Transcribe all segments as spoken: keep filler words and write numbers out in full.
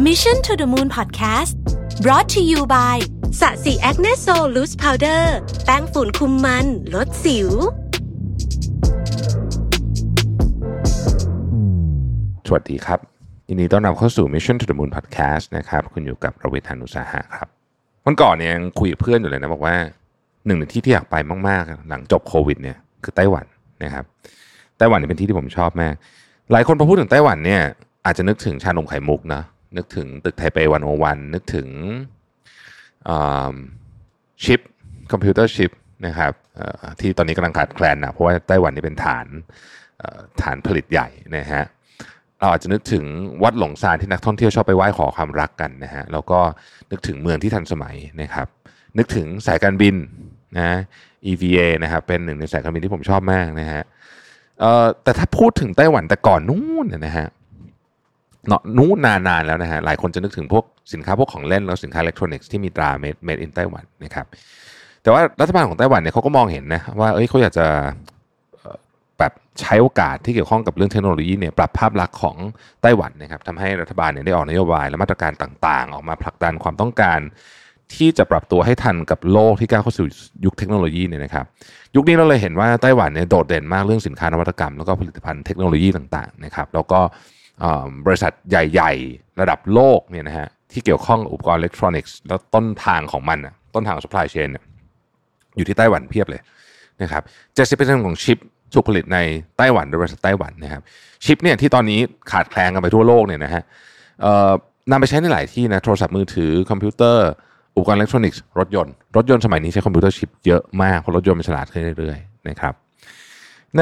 Mission to the Moon Podcast brought to you by สะสีแอคเนสโซลูสพาวเดอร์แป้งฝุ่นคุมมันลดสิวสวัสดีครับยินดีต้อนรับเข้าสู่ Mission to the Moon Podcast นะครับคุณอยู่กับรวิทย์ หาญอุตสาหะครับวันก่อนเนี่ยยังคุยกับเพื่อนอยู่เลยนะบอกว่าหนึ่งในที่ที่อยากไปมากๆหลังจบโควิดเนี่ยคือไต้หวันนะครับไต้หวันเนี่ยเป็นที่ที่ผมชอบมากหลายคนพอพูดถึงไต้หวันเนี่ยอาจจะนึกถึงชานมไข่มุกนะนึกถึงตึกไทเปหนึ่งศูนย์หนึ่งนึกถึงชิปคอมพิวเตอร์ชิปนะครับที่ตอนนี้กำลังขาดแคลนนะเพราะว่าไต้หวันนี่เป็นฐานฐานผลิตใหญ่นะฮะเราอาจจะนึกถึงวัดหลงซานที่นักท่องเที่ยวชอบไปไหว้ขอความรักกันนะฮะแล้วก็นึกถึงเมืองที่ทันสมัยนะครับนึกถึงสายการบินนะ อี วี เอ นะครับเป็นหนึ่งในสายการบินที่ผมชอบมากนะฮะเอ่อแต่ถ้าพูดถึงไต้หวันแต่ก่อนนู้นนะฮะเนาะนู้นนานๆแล้วนะฮะหลายคนจะนึกถึงพวกสินค้าพวกของเล่นแล้วสินค้าอิเล็กทรอนิกส์ที่มีตรา made made in ไต้หวันนะครับแต่ว่ารัฐบาลของไต้หวันเนี่ยเขาก็มองเห็นนะว่าเอ้ยเขาอยากจะแบบใช้โอกาสที่เกี่ยวข้องกับเรื่องเทคโนโลยีเนี่ยปรับภาพลักษณ์ของไต้หวันนะครับทำให้รัฐบาลเนี่ยได้ออกนโยบายและมาตรการต่างๆออกมาผลักดันความต้องการที่จะปรับตัวให้ทันกับโลกที่ก้าวเข้าสู่ยุคเทคโนโลยีเนี่ยนะครับยุคนี้เราเลยเห็นว่าไต้หวันเนี่ยโดดเด่นมากเรื่องสินค้านวัตกรรมแล้วก็ผลิตภัณฑ์เทคโนโลยีต่างๆนะครับแล้วก็บริษัทใหญ่ๆระดับโลกเนี่ยนะฮะที่เกี่ยวข้องกับอุปกรณ์อิเล็กทรอนิกส์แล้วต้นทางของมันน่ะต้นทางของ supply chain เนี่ยอยู่ที่ไต้หวันเพียบเลยนะครับ เจ็ดสิบเปอร์เซ็นต์ ของชิปถูกผลิตในไต้หวันโดยบริษัทไต้หวันนะครับชิปเนี่ยที่ตอนนี้ขาดแคลนกันไปทั่วโลกเนี่ยนะฮะนำไปใช้ในหลายที่นะโทรศัพท์มือถือคอมพิวเตอร์อุปกรณ์อิเล็กทรอนิกส์รถยนต์รถยนต์สมัยนี้ใช้คอมพิวเตอร์ชิปเยอะมากเพราะรถยนต์มันฉลาดขึ้นเรื่อยๆนะครับใน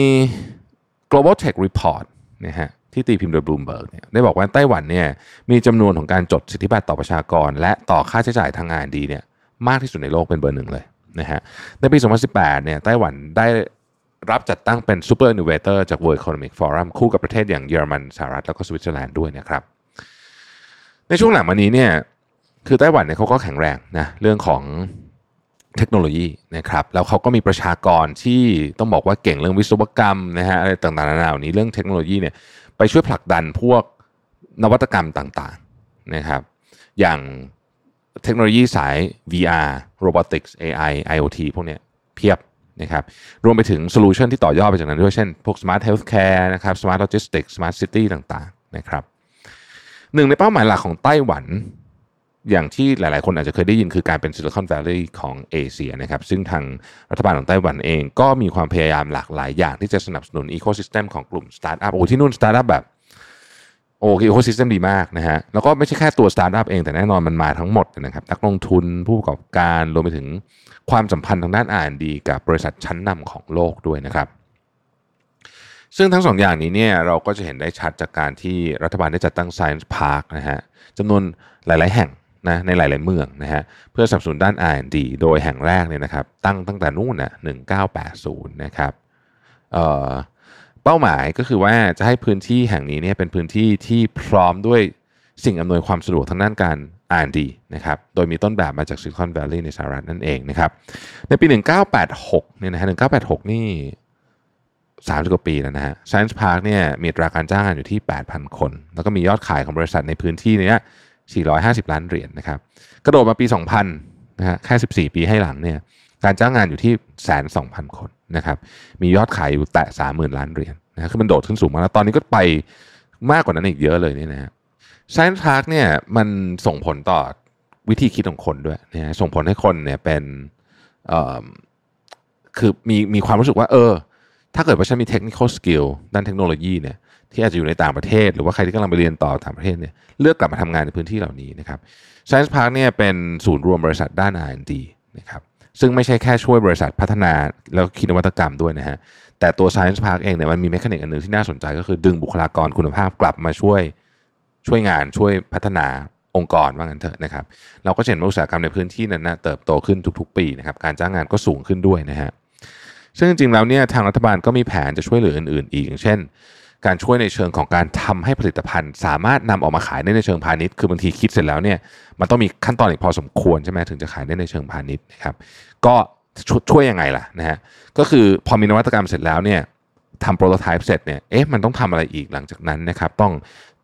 Global Tech Report นะฮะที่ตีพิมพ์โดย Bloomberg เนี่ยได้บอกว่าไต้หวันเนี่ยมีจำนวนของการจดสิทธิบัตรต่อประชากรและต่อค่าใช้จ่ายทาง อาร์ แอนด์ ดี เนี่ยมากที่สุดในโลกเป็นเบอร์หนึ่งเลยนะฮะในปีสองพันสิบแปดเนี่ยไต้หวันได้รับจัดตั้งเป็น Super Innovator จาก World Economic Forum คู่กับประเทศอย่างเยอรมันสหรัฐแล้วก็สวิตเซอร์แลนด์ด้วยนะครับในช่วงหลังมานี้เนี่ยคือไต้หวันเนี่ยเขาก็แข็งแรงนะเรื่องของเทคโนโลยีนะครับแล้วเขาก็มีประชากรที่ต้องบอกว่าเก่งเรื่องวิศวกรรมนะฮะอะไรต่างๆนานาเหล่านี้เรื่องเทคโนโลยีเนี่ยไปช่วยผลักดันพวกนวัตกรรมต่างๆนะครับอย่างเทคโนโลยีสาย วี อาร์ Robotics เอ ไอ ไอ โอ ที พวกเนี้ยเพียบนะครับรวมไปถึงโซลูชันที่ต่อยอดไปจากนั้นด้วยเช่นพวก Smart Healthcare นะครับ Smart Logistics Smart City ต่างๆนะครับหนึ่งในเป้าหมายหลักของไต้หวันอย่างที่หลายๆคนอาจจะเคยได้ยินคือการเป็น Silicon Valley ของเอเชียนะครับซึ่งทางรัฐบาลของไต้หวันเองก็มีความพยายามหลากหลายอย่างที่จะสนับสนุนอีโคซิสเต็มของกลุ่มสตาร์ทอัพโอ้ที่นู่นสตาร์ทอัพแบบโอ้อีโคซิสเต็มดีมากนะฮะแล้วก็ไม่ใช่แค่ตัวสตาร์ทอัพเองแต่แน่นอนมันมาทั้งหมดนะครับนักลงทุนผู้ประกอบการรวมไปถึงความสัมพันธ์ทางด้าน อาร์ แอนด์ ดี กับบริษัทชั้นนำของโลกด้วยนะครับซึ่งทั้งสองอย่างนี้เนี่ยเราก็จะเห็นได้ชัดจากการที่รัฐบาลได้จัดตั้ง Science Park นะฮะจำนวนหลายๆแห่งนะในหลายๆเมืองนะฮะเพื่อสนับสนุนด้าน อาร์ แอนด์ ดี โดยแห่งแรกเนี่ยนะครับตั้งตั้งแต่นู่นน่ะหนึ่งพันเก้าร้อยแปดสิบนะครับเอ่อเป้าหมายก็คือว่าจะให้พื้นที่แห่งนี้เนี่ยเป็นพื้นที่ที่พร้อมด้วยสิ่งอำนวยความสะดวกทางด้านการ อาร์ แอนด์ ดี นะครับโดยมีต้นแบบมาจาก Silicon Valley ในสหรัฐนั่นเองนะครับในปีหนึ่งพันเก้าร้อยแปดสิบหกเนี่ยนะฮะหนึ่งพันเก้าร้อยแปดสิบหกนี่สามสิบกว่าปีแล้วนะฮะ Science Park เนี่ยมีอัตราการจ้างงานอยู่ที่ แปดพัน คนแล้วก็มียอดขายของบริษัทในพื้นที่นี้สี่ร้อยห้าสิบล้านเหรียญ นะครับกระโดดมาปีสองพันนะฮะแค่สิบสี่ปีให้หลังเนี่ยการจ้างงานอยู่ที่ หนึ่งแสนสองพัน คนนะครับมียอดขายอยู่แตะ สามหมื่น ล้านเหรียญนะฮะคือมันโดดขึ้นสูงมากแล้วตอนนี้ก็ไปมากกว่านั้นอีกเยอะเลยนี่นะฮะ Science Park เนี่ยมันส่งผลต่อวิธีคิดของคนด้วยนะฮะส่งผลให้คนเนี่ยเป็นเอ่อคือมีมีความรู้สึกว่าเออถ้าเกิดว่าฉันมี technical skill ด้านเทคโนโลยีเนี่ยที่อาจจะอยู่ในต่างประเทศหรือว่าใครที่กำลังไปเรียนต่อต่างประเทศเนี่ยเลือกกลับมาทำงานในพื้นที่เหล่านี้นะครับ Science Park เนี่ยเป็นศูนย์รวมบริษัทด้าน อาร์ แอนด์ ดี นะครับซึ่งไม่ใช่แค่ช่วยบริษัทพัฒนาแล้วคิดนวัตกรรมด้วยนะฮะแต่ตัว Science Park เองเนี่ยมันมีเมคานิกอันนึงที่น่าสนใจก็คือดึงบุคลากรคุณภาพกลับมาช่วยช่วยงานช่วยพัฒนาองค์กรว่างั้นเถอะนะครับเราก็เห็นว่าอุตสาหกรรมในพื้นที่นั้นนะเติบโตขึ้นทุกๆปีนะครับการจ้างงานก็สูงขึ้นด้วยนะฮะซึ่งจริงๆแล้วเนี่ยทางรัฐบาลก็มีแผนจะช่วยเหลืออื่นๆอีกอย่างเช่นการช่วยในเชิงของการทำให้ผลิตภัณฑ์สามารถนำออกมาขายได้ในเชิงพาณิชย์คือบางทีคิดเสร็จแล้วเนี่ยมันต้องมีขั้นตอนอีกพอสมควรใช่ไหมถึงจะขายได้ในเชิงพาณิชย์นะครับก็ช่วยยังไงล่ะนะฮะก็คือพอมีนวัตกรรมเสร็จแล้วเนี่ยทำโปรโตไทป์เสร็จเนี่ยเอ๊ะมันต้องทำอะไรอีกหลังจากนั้นนะครับต้อง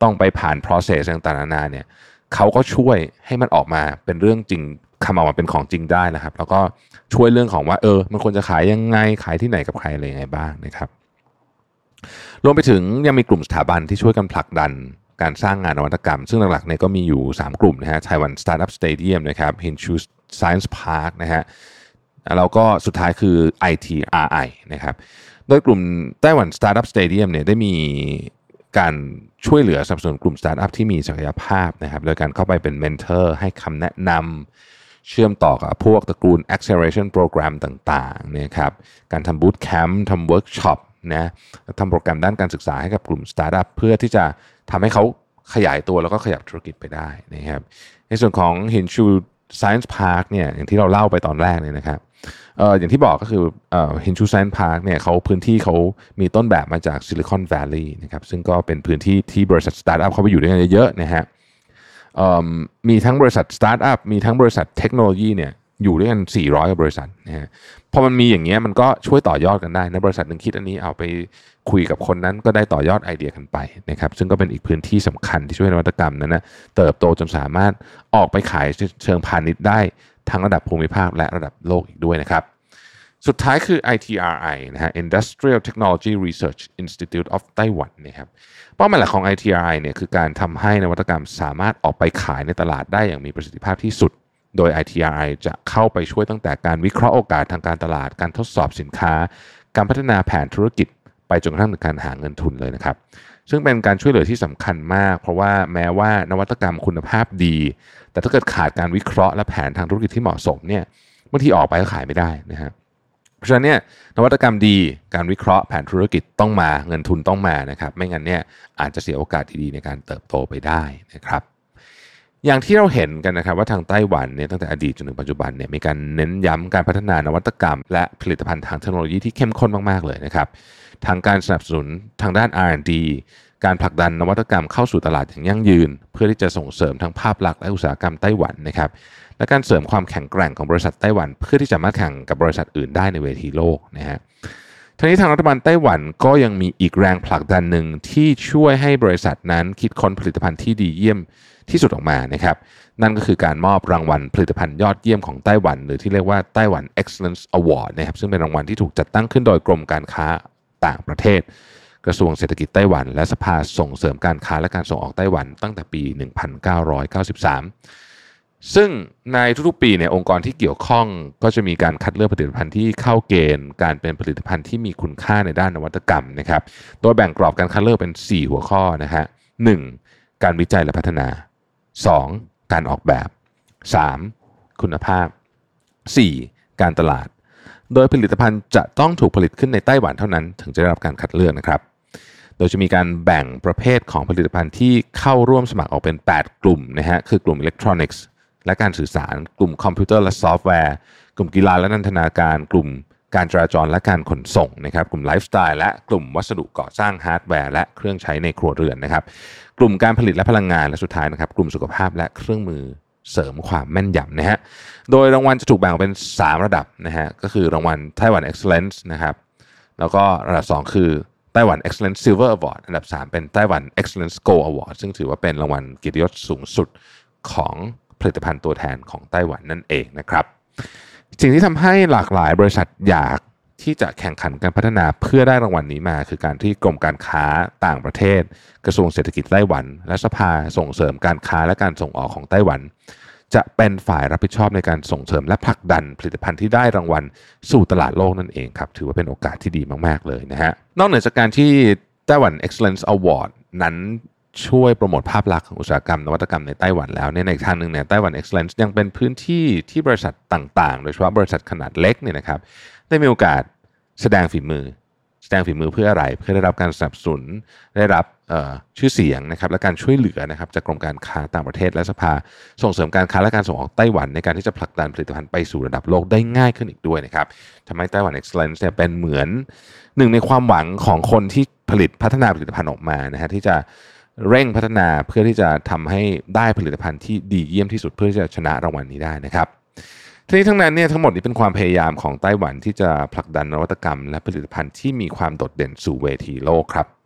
ต้องไปผ่าน process ต่างๆนานาเนี่ยเขาก็ช่วยให้มันออกมาเป็นเรื่องจริงทำออกมาเป็นของจริงได้นะครับแล้วก็ช่วยเรื่องของว่าเออมันควรจะขายยังไงขายที่ไหนกับใครอะไรยังไงบ้างนะครับรวมไปถึงยังมีกลุ่มสถาบันที่ช่วยกันผลักดันการสร้างงานนวัตกรรมซึ่งหลักๆเนี่ยก็มีอยู่สามกลุ่มนะฮะ Taiwan Startup Stadium นะครับ Hsinchu Science Park นะฮะแล้วก็สุดท้ายคือ ไอ ที อาร์ ไอ นะครับโดยกลุ่มไต้หวัน Startup Stadium เนี่ยได้มีการช่วยเหลือสนับสนุนกลุ่มสตาร์ทอัพที่มีศักยภาพนะครับโดยการเข้าไปเป็นเมนเทอร์ให้คำแนะนำเชื่อมต่อกับพวกตระกูล acceleration program ต่างๆนะครับการทำบูตแคมป์ทำเวิร์กช็อปนะทำโปรแกรมด้านการศึกษาให้กับกลุ่มสตาร์ทอัพเพื่อที่จะทำให้เขาขยายตัวแล้วก็ขยับธุรกิจไปได้นะครับในส่วนของ Hsinchu Science Park เนี่ยอย่างที่เราเล่าไปตอนแรกเลยนะครับเอ่ออย่างที่บอกก็คือเอ่อ Hsinchu Science Park เนี่ยเขาพื้นที่เขามีต้นแบบมาจาก Silicon Valley นะครับซึ่งก็เป็นพื้นที่ที่บริษัทสตาร์ทอัพเข้าไปอยู่ด้วยกันเยอะๆนะฮะเอ่อมีทั้งบริษัทสตาร์ทอัพมีทั้งบริษัทเทคโนโลยีเนี่ยอยู่ด้วยกันสี่ร้อยกว่าบริษัทนะฮะพอมันมีอย่างเงี้ยมันก็ช่วยต่อยอดกันได้นะบริษัทนึงคิดอันนี้เอาไปคุยกับคนนั้นก็ได้ต่อยอดไอเดียกันไปนะครับซึ่งก็เป็นอีกพื้นที่สำคัญที่ช่วยนวัตกรรมนั้นนะเติบโตจนสามารถออกไปขายเชิงพาณิชย์ได้ทั้งระดับภูมิภาคและระดับโลกอีกด้วยนะครับสุดท้ายคือ ไอ ที อาร์ ไอ นะฮะ Industrial Technology Research Institute of Taiwan นะครับเป้าหมายหลักของ ไอ ที อาร์ ไอ เนี่ยคือการทำให้นวัตกรรมสามารถออกไปขายในตลาดได้อย่างมีประสิทธิภาพที่สุดโดย ไอ ที อาร์ ไอ จะเข้าไปช่วยตั้งแต่การวิเคราะห์โอกาสทางการตลาดการทดสอบสินค้าการพัฒนาแผนธุรกิจไปจนกระทั่งถึงการหาเงินทุนเลยนะครับซึ่งเป็นการช่วยเหลือที่สำคัญมากเพราะว่าแม้ว่านวัตกรรมคุณภาพดีแต่ถ้าเกิดขาดการวิเคราะห์และแผนทางธุรกิจที่เหมาะสมเนี่ยบางทีออกไปก็ขายไม่ได้นะฮะเพราะฉะนั้นเนี่ยนวัตกรรมดีการวิเคราะห์แผนธุรกิจต้องมาเงินทุนต้องมานะครับไม่งั้นเนี่ยอาจจะเสียโอกาสดีๆในการเติบโตไปได้นะครับอย่างที่เราเห็นกันนะครับว่าทางไต้หวันเนี่ยตั้งแต่อดีตจนถึงปัจจุบันเนี่ยมีการเน้นย้ำการพัฒนานวัตกรรมและผลิตภัณฑ์ทางเทคโนโลยีที่เข้มข้นมากๆเลยนะครับทางการสนับสนุนทางด้าน อาร์ แอนด์ ดี การผลักดันนวัตกรรมเข้าสู่ตลาดอย่างยั่งยืนเพื่อที่จะส่งเสริมทั้งภาพลักษณ์และอุตสาหกรรมไต้หวันนะครับและการเสริมความแข็งแกร่งของบริษัทไต้หวันเพื่อที่จะมาแข่งกับบริษัทอื่นได้ในเวทีโลกนะฮะทั้งนี้ทางรัฐบาลไต้หวันก็ยังมีอีกแรงผลักดันหนึ่งที่ช่วยให้บริษัทนั้นคิดค้นผลิตภัณฑ์ที่ดีเยี่ยมที่สุดออกมานะครับนั่นก็คือการมอบรางวัลผลิตภัณฑ์ยอดเยี่ยมของไต้หวันหรือที่เรียกว่าไต้หวัน Excellence Award นะครับซึ่งเป็นรางวัลที่ถูกจัดตั้งขึ้นโดยกรมการค้าต่างประเทศกระทรวงเศรษฐกิจไต้หวันและสภาส่งเสริมการค้าและการส่งออกไต้หวันตั้งแต่ปีหนึ่งพันเก้าร้อยเก้าสิบสามซึ่งในทุกๆปีเนี่ยองค์กรที่เกี่ยวข้องก็จะมีการคัดเลือกผลิตภัณฑ์ที่เข้าเกณฑ์การเป็นผลิตภัณฑ์ที่มีคุณค่าในด้านนวัตกรรมนะครับโดยแบ่งกรอบการคัดเลือกเป็นสี่หัวข้อนะฮะ หนึ่ง การวิจัยและพัฒนาสองการออกแบบสามคุณภาพสี่การตลาดโดยผลิตภัณฑ์จะต้องถูกผลิตขึ้นในไต้หวันเท่านั้นถึงจะได้รับการคัดเลือกนะครับโดยจะมีการแบ่งประเภทของผลิตภัณฑ์ที่เข้าร่วมสมัครออกเป็นแปดกลุ่มนะฮะคือกลุ่มอิเล็กทรอนิกส์และการสื่อสารกลุ่มคอมพิวเตอร์และซอฟต์แวร์กลุ่มกีฬาและนันทนาการกลุ่มการจราจรและการขนส่งนะครับกลุ่มไลฟ์สไตล์และกลุ่มวัสดุก่อสร้างฮาร์ดแวร์และเครื่องใช้ในครัวเรือนนะครับกลุ่มการผลิตและพลังงานและสุดท้ายนะครับกลุ่มสุขภาพและเครื่องมือเสริมความแม่นยำนะฮะโดยรางวัลจะถูกแบ่งออกเป็นสามระดับนะฮะก็คือรางวัลไต้หวัน Excellence นะครับแล้วก็ระดับสองคือไต้หวัน Excellence Silver Award อันดับสามเป็นไต้หวัน Excellence Gold Award ซึ่งถือว่าเป็นรางวัลเกียรติยศสูงสุดของผลิตภัณฑ์ตัวแทนของไต้หวันนั่นเองนะครับสิ่งที่ทำให้หลากหลายบริษัทอยากที่จะแข่งขันการพัฒนาเพื่อได้รางวัลนี้มาคือการที่กรมการค้าต่างประเทศกระทรวงเศรษฐกิจไต้หวันและสภาส่งเสริมการค้าและการส่งออกของไต้หวันจะเป็นฝ่ายรับผิดชอบในการส่งเสริมและผลักดันผลิตภัณฑ์ที่ได้รางวัลสู่ตลาดโลกนั่นเองครับถือว่าเป็นโอกาสที่ดีมากๆเลยนะฮะนอกเหนือจากการที่ไต้หวัน Excellence Award นั้นช่วยโปรโมทภาพลักษณ์ของอุตสาหกรรมนวัตกรรมในไต้หวันแล้วเนี่ยในอีกทางหนึ่งเนี่ยไต้หวัน Excellence ยังเป็นพื้นที่ที่บริษัทต่างๆโดยเฉพาะบริษัทขนาดเล็กเนี่ยนะครับได้มีโอกาสแสดงฝีมือแสดงฝีมือเพื่ออะไรเพื่อได้รับการสนับสนุนได้รับชื่อเสียงนะครับและการช่วยเหลือนะครับจากกรมการค้าต่างประเทศและสภาส่งเสริมการค้าและการส่งออกไต้หวันในการที่จะผลักดันผลิตภัณฑ์ไปสู่ระดับโลกได้ง่ายขึ้นอีกด้วยนะครับทำให้ไต้หวัน Excellence เนี่ยเป็นเหมือนหนึ่งในความหวังของคนที่ผลิตพัฒนาผลิตภัณฑ์ออกมานะฮะที่จะเร่งพัฒนาเพื่อที่จะทำให้ได้ผลิตภัณฑ์ที่ดีเยี่ยมที่สุดเพื่อที่จะชนะรางวัลนี้ได้นะครับทีนี้ทั้งนั้นเนี่ยทั้งหมดนี้เป็นความพยายามของไต้หวันที่จะผลักดันนวัตกรรมและผลิตภัณฑ์ที่มีความโดดเด่นสู่เวทีโลกครับ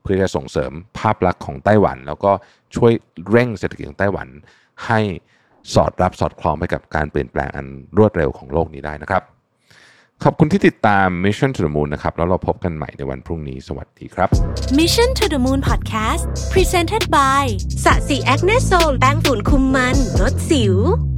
เพื่อจะส่งเสริมภาพลักษณ์ของไต้หวันแล้วก็ช่วยเร่งเศรษฐกิจของไต้หวันให้สอดรับสอดคล้องไปกับการเปลี่ยนแปลงอันรวดเร็วของโลกนี้ได้นะครับขอบคุณที่ติดตาม Mission to the Moon นะครับแล้วเราพบกันใหม่ในวันพรุ่งนี้สวัสดีครับ Mission to the Moon Podcast Presented by สะสีแอคเนสโซลแป้งฝุ่นคุมมันลดสิว